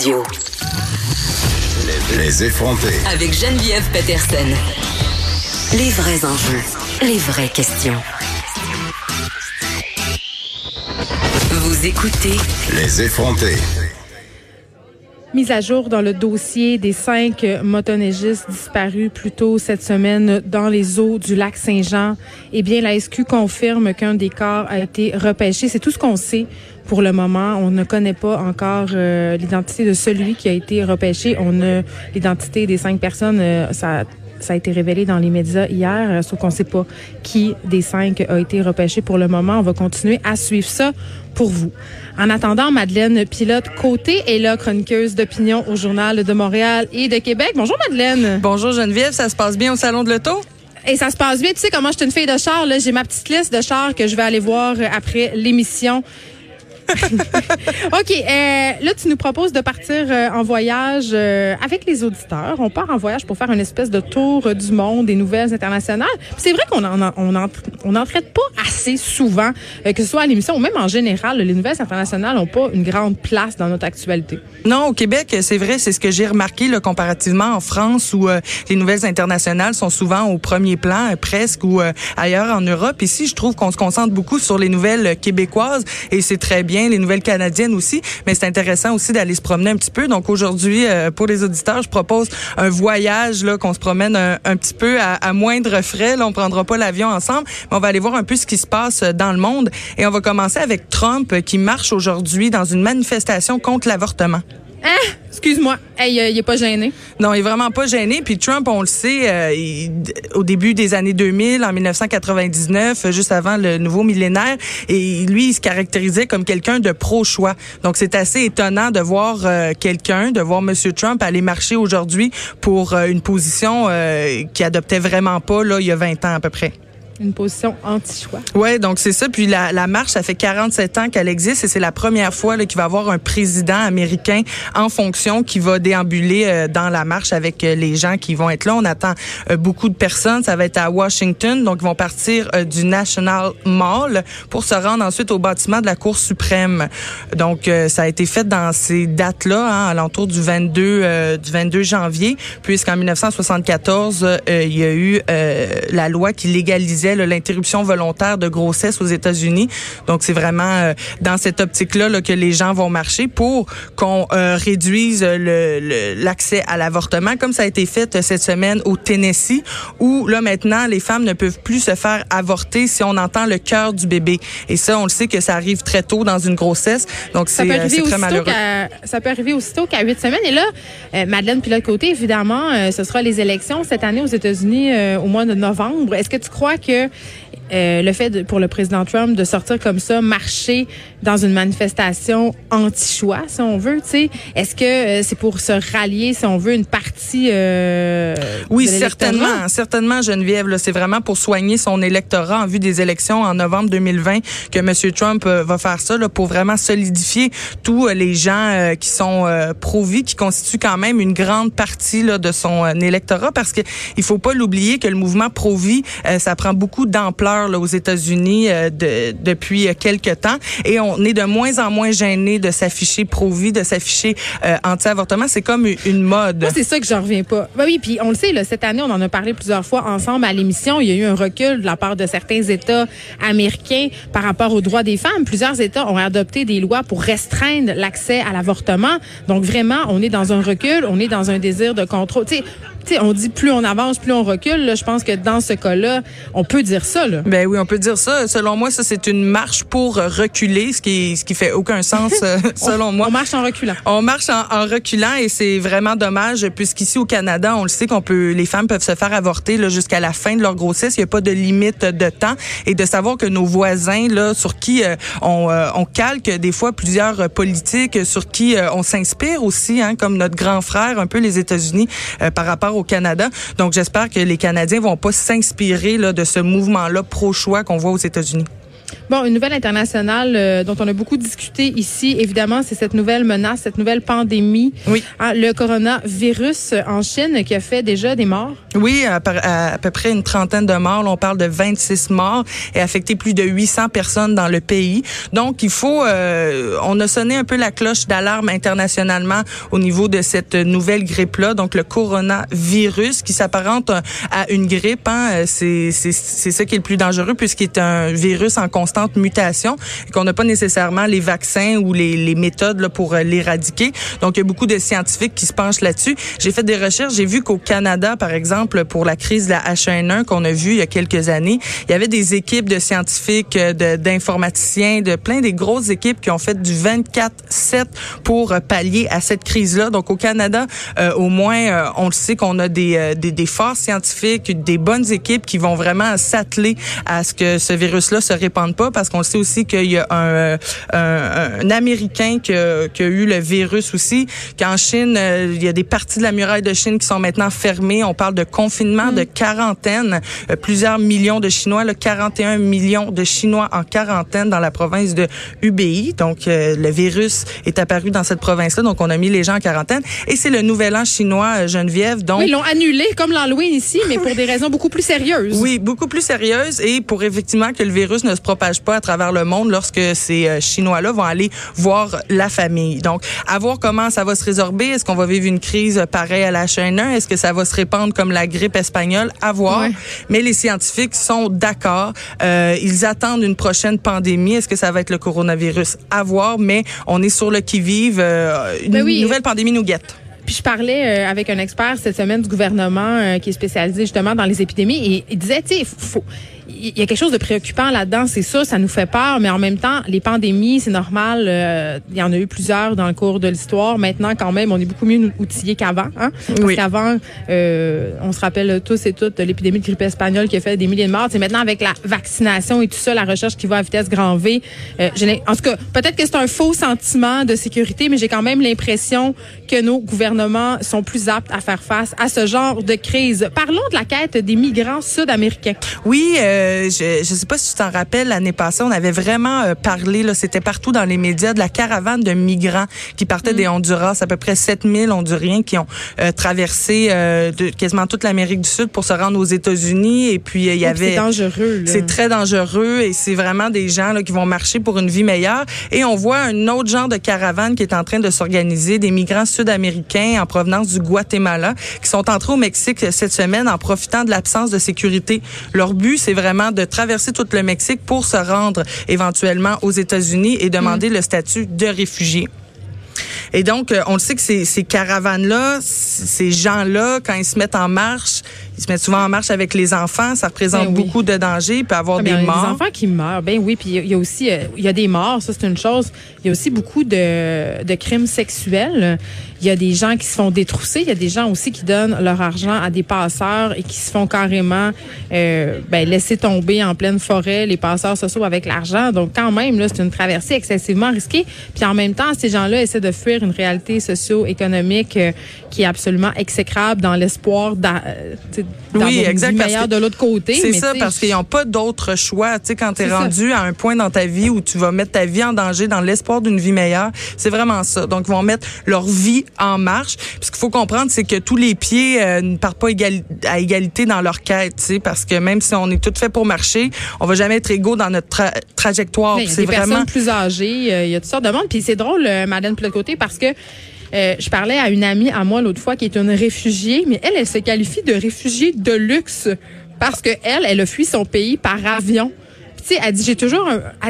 Les effrontés. Avec Geneviève Peterson. Les vrais enjeux, les vraies questions. Vous écoutez Les effrontés. Mise à jour dans le dossier des 5 motoneigistes disparus plus tôt cette semaine dans les eaux du lac Saint-Jean. Eh bien, la SQ confirme qu'un des corps a été repêché. C'est tout ce qu'on sait pour le moment. On ne connaît pas encore l'identité de celui qui a été repêché. On a l'identité des 5 personnes. Ça a été révélé dans les médias hier, sauf qu'on ne sait pas qui des 5 a été repêché pour le moment. On va continuer à suivre ça pour vous. En attendant, Madeleine Pilote-Côté est là, chroniqueuse d'opinion au Journal de Montréal et de Québec. Bonjour Madeleine. Bonjour Geneviève, ça se passe bien au Salon de l'Auto? Et ça se passe bien. Tu sais comment je suis une fille de char, là, j'ai ma petite liste de chars que je vais aller voir après l'émission. OK. Là, tu nous proposes de partir en voyage avec les auditeurs. On part en voyage pour faire une espèce de tour du monde des nouvelles internationales. Puis c'est vrai qu'on en traite pas assez souvent, que ce soit à l'émission ou même en général. Les nouvelles internationales n'ont pas une grande place dans notre actualité. Non, au Québec, c'est vrai, c'est ce que j'ai remarqué là, comparativement en France où les nouvelles internationales sont souvent au premier plan, presque, ou ailleurs en Europe. Ici, je trouve qu'on se concentre beaucoup sur les nouvelles québécoises et c'est très bien, les nouvelles canadiennes aussi, mais c'est intéressant aussi d'aller se promener un petit peu. Donc aujourd'hui, pour les auditeurs, je propose un voyage, là, qu'on se promène un petit peu à moindre frais. Là, on prendra pas l'avion ensemble, mais on va aller voir un peu ce qui se passe dans le monde. Et on va commencer avec Trump qui marche aujourd'hui dans une manifestation contre l'avortement. Ah, excuse-moi. Hey, il est pas gêné. Non, il est vraiment pas gêné. Puis Trump, on le sait, au début des années 2000, en 1999, juste avant le nouveau millénaire, et lui, il se caractérisait comme quelqu'un de pro-choix. Donc, c'est assez étonnant de voir de voir M. Trump aller marcher aujourd'hui pour une position qu'il adoptait vraiment pas, là, il y a 20 ans à peu près. Une position anti-choix. Ouais, donc c'est ça. Puis la marche, ça fait 47 ans qu'elle existe et c'est la première fois là, qu'il va y avoir un président américain en fonction qui va déambuler dans la marche avec les gens qui vont être là. On attend beaucoup de personnes. Ça va être à Washington. Donc, ils vont partir du National Mall pour se rendre ensuite au bâtiment de la Cour suprême. Donc, ça a été fait dans ces dates-là, à l'entour du 22 janvier, puisqu'en 1974, il y a eu la loi qui légalisait l'interruption volontaire de grossesse aux États-Unis. Donc, c'est vraiment dans cette optique-là là, que les gens vont marcher pour qu'on réduise l'accès à l'avortement, comme ça a été fait cette semaine au Tennessee, où là, maintenant, les femmes ne peuvent plus se faire avorter si on entend le cœur du bébé. Et ça, on le sait que ça arrive très tôt dans une grossesse. Donc, c'est très malheureux. Ça peut arriver aussitôt qu'à 8 semaines. Et là, Madeleine Pilote-Côté, évidemment, ce sera les élections cette année aux États-Unis au mois de novembre. Est-ce que tu crois que le fait pour le président Trump de sortir comme ça, marcher dans une manifestation anti-choix, si on veut, tu sais, est-ce que c'est pour se rallier, si on veut, une partie oui, certainement, Geneviève. Là, c'est vraiment pour soigner son électorat en vue des élections en novembre 2020 que M. Trump va faire ça, là, pour vraiment solidifier tous les gens qui sont pro-vie, qui constituent quand même une grande partie là, de son électorat, parce que il faut pas l'oublier que le mouvement pro-vie, ça prend beaucoup d'ampleur là, aux États-Unis depuis quelques temps, et on est de moins en moins gêné de s'afficher pro-vie, de s'afficher anti-avortement. C'est comme une mode. Moi, c'est ça que j'en reviens pas. Ben oui, puis on le sait, là, cette année, on en a parlé plusieurs fois ensemble à l'émission. Il y a eu un recul de la part de certains États américains par rapport aux droits des femmes. Plusieurs États ont adopté des lois pour restreindre l'accès à l'avortement. Donc vraiment, on est dans un recul, on est dans un désir de contrôle. Tu sais, on dit plus on avance, plus on recule. Là, je pense que dans ce cas-là, on peut dire ça. Là. Ben oui, on peut dire ça. Selon moi, ça c'est une marche pour reculer, ce qui fait aucun sens selon moi. On marche en reculant. On marche en reculant et c'est vraiment dommage puisqu'ici au Canada, on le sait les femmes peuvent se faire avorter là, jusqu'à la fin de leur grossesse. Il n'y a pas de limite de temps, et de savoir que nos voisins là sur qui on calque des fois plusieurs politiques, sur qui on s'inspire aussi, comme notre grand frère, un peu les États-Unis par rapport au Canada. Donc, j'espère que les Canadiens vont pas s'inspirer là, de ce mouvement-là pro-choix qu'on voit aux États-Unis. Bon, une nouvelle internationale dont on a beaucoup discuté ici, évidemment, c'est cette nouvelle menace, cette nouvelle pandémie. Oui. Le coronavirus en Chine qui a fait déjà des morts. Oui, à peu près une trentaine de morts. Là, on parle de 26 morts et affecté plus de 800 personnes dans le pays. Donc, il faut... on a sonné un peu la cloche d'alarme internationalement au niveau de cette nouvelle grippe-là, donc le coronavirus qui s'apparente à une grippe. Hein. C'est ça qui est le plus dangereux puisqu'il est un virus en constante mutation et qu'on n'a pas nécessairement les vaccins ou les méthodes là, pour l'éradiquer. Donc, il y a beaucoup de scientifiques qui se penchent là-dessus. J'ai fait des recherches. J'ai vu qu'au Canada, par exemple, pour la crise de la H1N1 qu'on a vue il y a quelques années, il y avait des équipes de scientifiques, d'informaticiens, de plein des grosses équipes qui ont fait du 24/7 pour pallier à cette crise-là. Donc, au Canada, au moins, on le sait qu'on a des forces scientifiques, des bonnes équipes qui vont vraiment s'atteler à ce que ce virus-là se répande pas, parce qu'on le sait aussi qu'il y a un Américain qui a eu le virus aussi, qu'en Chine, il y a des parties de la muraille de Chine qui sont maintenant fermées. On parle de confinement, de quarantaine. Plusieurs millions de Chinois, 41 millions de Chinois en quarantaine dans la province de Hubei. Donc, le virus est apparu dans cette province-là, donc on a mis les gens en quarantaine. Et c'est le nouvel an chinois, Geneviève. Donc, oui, ils l'ont annulé comme l'Halloween ici, mais pour des raisons beaucoup plus sérieuses. Oui, beaucoup plus sérieuses et pour effectivement que le virus ne se propage pas à travers le monde lorsque ces Chinois-là vont aller voir la famille. Donc, à voir comment ça va se résorber. Est-ce qu'on va vivre une crise pareille à la H1N1? Est-ce que ça va se répandre comme la grippe espagnole? À voir. Ouais. Mais les scientifiques sont d'accord. Ils attendent une prochaine pandémie. Est-ce que ça va être le coronavirus? À voir, mais on est sur le qui-vive. Une nouvelle pandémie nous guette. Puis je parlais avec un expert cette semaine du gouvernement qui est spécialisé justement dans les épidémies et il disait, tu sais, il y a quelque chose de préoccupant là-dedans, c'est ça, ça nous fait peur, mais en même temps, les pandémies, c'est normal, il y en a eu plusieurs dans le cours de l'histoire. Maintenant, quand même, on est beaucoup mieux outillés qu'avant, hein? Parce qu'avant, on se rappelle tous et toutes de l'épidémie de grippe espagnole qui a fait des milliers de morts. C'est maintenant avec la vaccination et tout ça, la recherche qui va à vitesse grand V. En tout cas, peut-être que c'est un faux sentiment de sécurité, mais j'ai quand même l'impression que nos gouvernements sont plus aptes à faire face à ce genre de crise. Parlons de la quête des migrants sud-américains. Oui, je sais pas si tu t'en rappelles, l'année passée, on avait vraiment parlé, là, c'était partout dans les médias, de la caravane de migrants qui partaient des Honduras, à peu près 7000 Honduriens qui ont traversé quasiment toute l'Amérique du Sud pour se rendre aux États-Unis. Et puis, il y avait... C'est dangereux, là. C'est très dangereux et c'est vraiment des gens là, qui vont marcher pour une vie meilleure. Et on voit un autre genre de caravane qui est en train de s'organiser, des migrants sud-américains en provenance du Guatemala qui sont entrés au Mexique cette semaine en profitant de l'absence de sécurité. Leur but, c'est vraiment de traverser tout le Mexique pour se rendre éventuellement aux États-Unis et demander le statut de réfugié. Et donc, on le sait que ces caravanes-là, ces gens-là, quand ils se mettent en marche, ils se mettent souvent en marche avec les enfants. Ça représente beaucoup de dangers. Il peut y avoir des morts. Les enfants qui meurent, ben oui. Puis il y a aussi, il y a des morts, ça c'est une chose. Il y a aussi beaucoup de crimes sexuels. Il y a des gens qui se font détrousser. Il y a des gens aussi qui donnent leur argent à des passeurs et qui se font carrément laisser tomber en pleine forêt. Les passeurs se sauvent avec l'argent. Donc quand même, là, c'est une traversée excessivement risquée. Puis en même temps, ces gens-là essaient de fuir une réalité socio-économique qui est absolument exécrable dans l'espoir d'avoir une vie meilleure de l'autre côté. C'est ça, parce qu'ils n'ont pas d'autre choix. Tu sais, quand tu es rendu à un point dans ta vie où tu vas mettre ta vie en danger dans l'espoir d'une vie meilleure, c'est vraiment ça. Donc, ils vont mettre leur vie en marche. Puis, ce qu'il faut comprendre, c'est que tous les pieds ne partent pas à égalité dans leur quête, tu sais, parce que même si on est tout fait pour marcher, on va jamais être égaux dans notre trajectoire. Il y a des personnes plus âgées, il y a toutes sortes de monde. Puis c'est drôle, Madeleine Plotcoté, parce que je parlais à une amie à moi l'autre fois qui est une réfugiée, mais elle se qualifie de réfugiée de luxe parce que elle a fui son pays par avion. Puis tu sais, elle dit j'ai toujours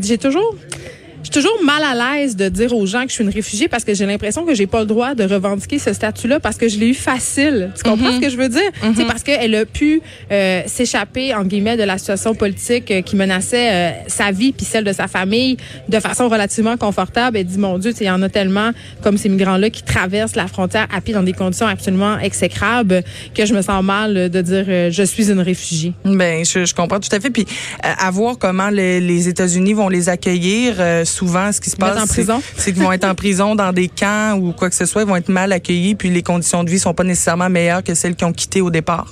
je suis toujours mal à l'aise de dire aux gens que je suis une réfugiée parce que j'ai l'impression que j'ai pas le droit de revendiquer ce statut-là parce que je l'ai eu facile. Tu comprends ce que je veux dire? C'est parce qu'elle a pu s'échapper, entre guillemets, de la situation politique qui menaçait sa vie puis celle de sa famille de façon relativement confortable. Elle dit, mon Dieu, il y en a tellement comme ces migrants-là qui traversent la frontière à pied dans des conditions absolument exécrables que je me sens mal de dire je suis une réfugiée. Ben, je comprends tout à fait. Puis à voir comment les États-Unis vont les accueillir. Souvent, ce qui se passe, c'est qu'ils vont être en prison dans des camps ou quoi que ce soit. Ils vont être mal accueillis, puis les conditions de vie sont pas nécessairement meilleures que celles qu'ils ont quittées au départ.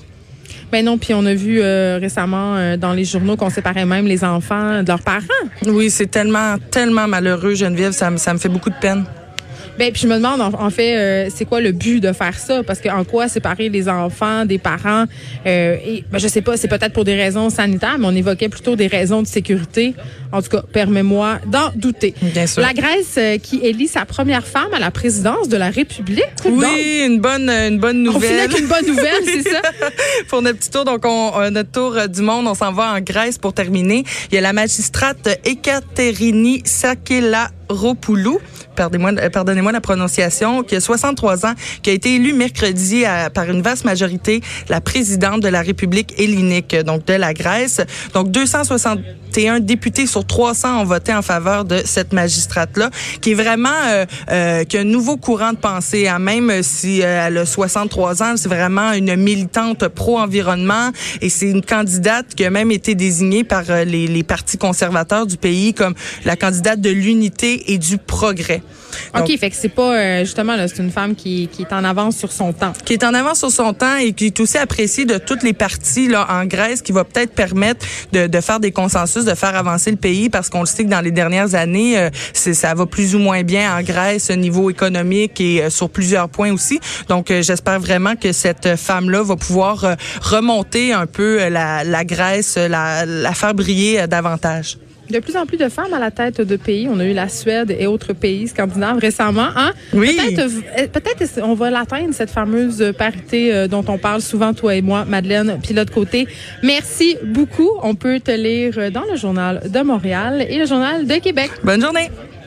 Ben non, puis on a vu récemment dans les journaux qu'on séparait même les enfants de leurs parents. Oui, c'est tellement malheureux, Geneviève, ça me fait beaucoup de peine. Ben puis je me demande en fait c'est quoi le but de faire ça, parce que en quoi séparer les enfants des parents et ben je sais pas, c'est peut-être pour des raisons sanitaires, mais on évoquait plutôt des raisons de sécurité. En tout cas, permets-moi d'en douter. Bien sûr. La Grèce qui élit sa première femme à la présidence de la République. Oui, une bonne nouvelle. On finit avec une bonne nouvelle, c'est ça. Pour notre petit tour, donc notre tour du monde, on s'en va en Grèce pour terminer. Il y a la magistrate Ekaterini Sakelaropoulou. Pardonnez-moi la prononciation, qui a 63 ans, qui a été élue mercredi par une vaste majorité la présidente de la République hellénique, donc de la Grèce. Donc 261 députés sur 300 ont voté en faveur de cette magistrate-là, qui est vraiment qui a un nouveau courant de pensée. Hein, même si elle a 63 ans, c'est vraiment une militante pro-environnement et c'est une candidate qui a même été désignée par les partis conservateurs du pays comme la candidate de l'unité et du progrès. Donc, OK, fait que c'est pas justement là, c'est une femme qui est en avance sur son temps. Qui est en avance sur son temps et qui est aussi appréciée de toutes les parties là en Grèce, qui va peut-être permettre de faire des consensus, de faire avancer le pays, parce qu'on le sait que dans les dernières années, ça va plus ou moins bien en Grèce au niveau économique et sur plusieurs points aussi. Donc j'espère vraiment que cette femme-là va pouvoir remonter un peu la Grèce, la faire briller davantage. De plus en plus de femmes à la tête de pays. On a eu la Suède et autres pays scandinaves récemment. Hein? Oui. Peut-être on va l'atteindre, cette fameuse parité dont on parle souvent, toi et moi, Madeleine Pilote-Côté. Merci beaucoup. On peut te lire dans le Journal de Montréal et le Journal de Québec. Bonne journée.